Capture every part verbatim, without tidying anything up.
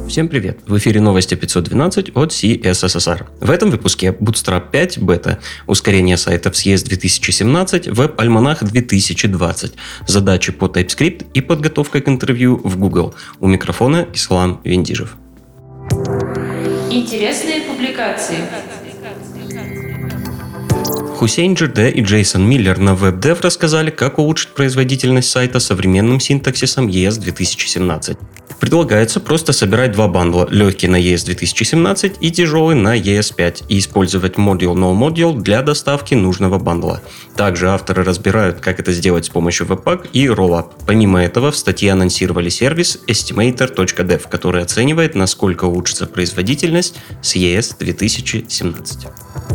Всем привет! В эфире новости пятьсот двенадцать от си эс эс эс ар. В этом выпуске Bootstrap пять бета, ускорение сайтов си эс две тысячи семнадцать, веб-альманах две тысячи двадцать, задачи по TypeScript и подготовка к интервью в Google. У микрофона Ислам Виндижев. Интересные публикации. Хусейн Джиде и Джейсон Миллер на WebDev рассказали, как улучшить производительность сайта современным синтаксисом и эс две тысячи семнадцать. Предлагается просто собирать два бандла, легкий на и эс две тысячи семнадцать и тяжелый на и эс пять, и использовать module no-module для доставки нужного бандла. Также авторы разбирают, как это сделать с помощью Webpack и Rollup. Помимо этого, в статье анонсировали сервис эстимейтор точка дев, который оценивает, насколько улучшится производительность с и эс две тысячи семнадцать.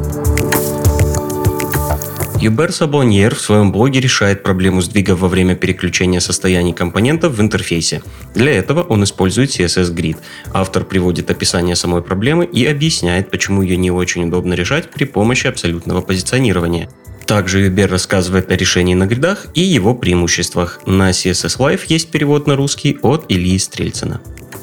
Юбер Сабоньер в своем блоге решает проблему сдвигов во время переключения состояний компонентов в интерфейсе. Для этого он использует си эс эс Grid. Автор приводит описание самой проблемы и объясняет, почему ее не очень удобно решать при помощи абсолютного позиционирования. Также Юбер рассказывает о решении на гридах и его преимуществах. На си эс эс Live есть перевод на русский от Ильи Стрельцина.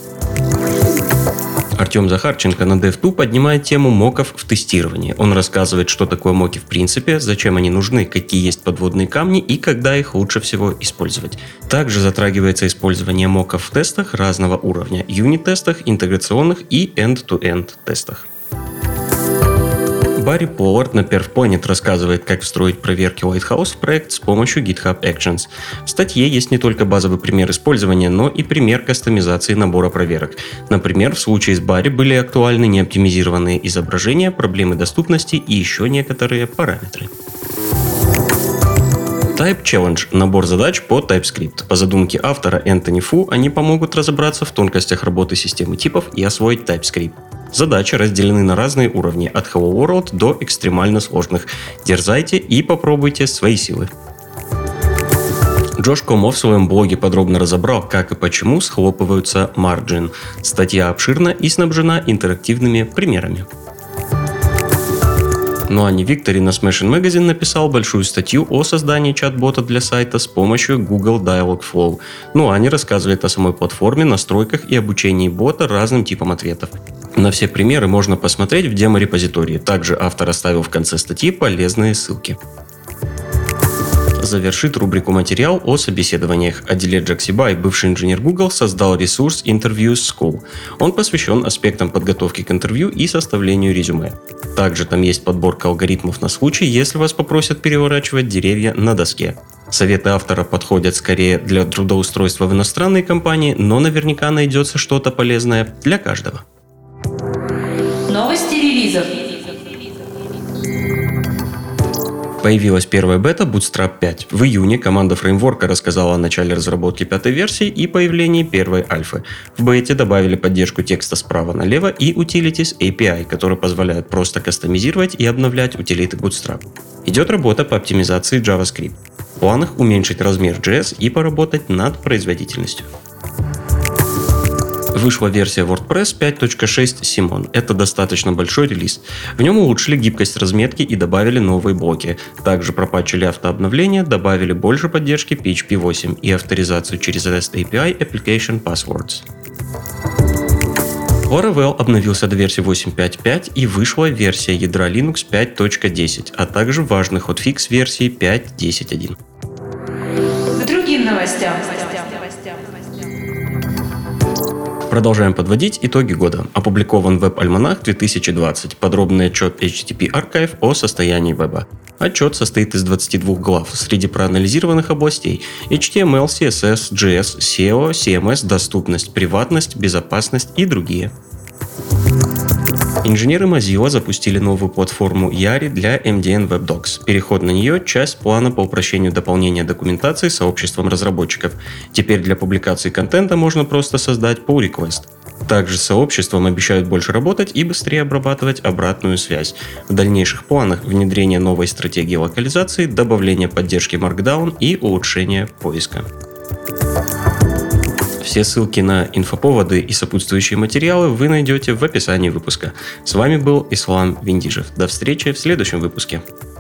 Артем Захарченко на дев ту поднимает тему моков в тестировании. Он рассказывает, что такое моки в принципе, зачем они нужны, какие есть подводные камни и когда их лучше всего использовать. Также затрагивается использование моков в тестах разного уровня, юнит-тестах, интеграционных и end-to-end тестах. Барри Поллард на PerfPoint рассказывает, как встроить проверки Lighthouse в проект с помощью GitHub Actions. В статье есть не только базовый пример использования, но и пример кастомизации набора проверок. Например, в случае с Барри были актуальны неоптимизированные изображения, проблемы доступности и еще некоторые параметры. Type Challenge – набор задач по TypeScript. По задумке автора Энтони Фу, они помогут разобраться в тонкостях работы системы типов и освоить TypeScript. Задачи разделены на разные уровни, от Hello World до экстремально сложных. Дерзайте и попробуйте свои силы. Джош Комо в своем блоге подробно разобрал, как и почему схлопываются margin. Статья обширна и снабжена интерактивными примерами. Ну а не Виктори на Smashing Magazine написал большую статью о создании чат-бота для сайта с помощью Google Dialogflow. Ну а не рассказывает о самой платформе, настройках и обучении бота разным типам ответов. На все примеры можно посмотреть в демо-репозитории. Также автор оставил в конце статьи полезные ссылки. Завершит рубрику материал о собеседованиях. Адилет Джаксибай, бывший инженер Google, создал ресурс Interviews School. Он посвящен аспектам подготовки к интервью и составлению резюме. Также там есть подборка алгоритмов на случай, если вас попросят переворачивать деревья на доске. Советы автора подходят скорее для трудоустройства в иностранной компании, но наверняка найдется что-то полезное для каждого. Новости релизов. Появилась первая бета Bootstrap пять. В июне команда фреймворка рассказала о начале разработки пятой версии и появлении первой альфы. В бете добавили поддержку текста справа налево и Utilities эй пи ай, которые позволяют просто кастомизировать и обновлять утилиты Bootstrap. Идет работа по оптимизации JavaScript. В планах уменьшить размер джей эс и поработать над производительностью. Вышла версия WordPress пять точка шесть Simon. Это достаточно большой релиз. В нем улучшили гибкость разметки и добавили новые блоки. Также пропатчили автообновление, добавили больше поддержки пи эйч пи восемь и авторизацию через REST эй пи ай Application Passwords. Laravel обновился до версии восемь точка пять точка пять и вышла версия ядра Linux пять точка десять, а также важный хотфикс версии пять точка десять точка один. К другим новостям. Продолжаем подводить итоги года. Опубликован веб-альманах две тысячи двадцать, подробный отчет эйч ти ти пи Archive о состоянии веба. Отчет состоит из двадцати двух глав среди проанализированных областей: эйч ти эм эл, си эс эс, джей эс, сео, си эм эс, доступность, приватность, безопасность и другие. Инженеры Mozilla запустили новую платформу Yari для эм ди эн Web Docs. Переход на нее – часть плана по упрощению дополнения документации сообществом разработчиков. Теперь для публикации контента можно просто создать pull request. Также с сообществом обещают больше работать и быстрее обрабатывать обратную связь. В дальнейших планах внедрение новой стратегии локализации, добавление поддержки Markdown и улучшение поиска. Все ссылки на инфоповоды и сопутствующие материалы вы найдете в описании выпуска. С вами был Ислам Виндижев. До встречи в следующем выпуске.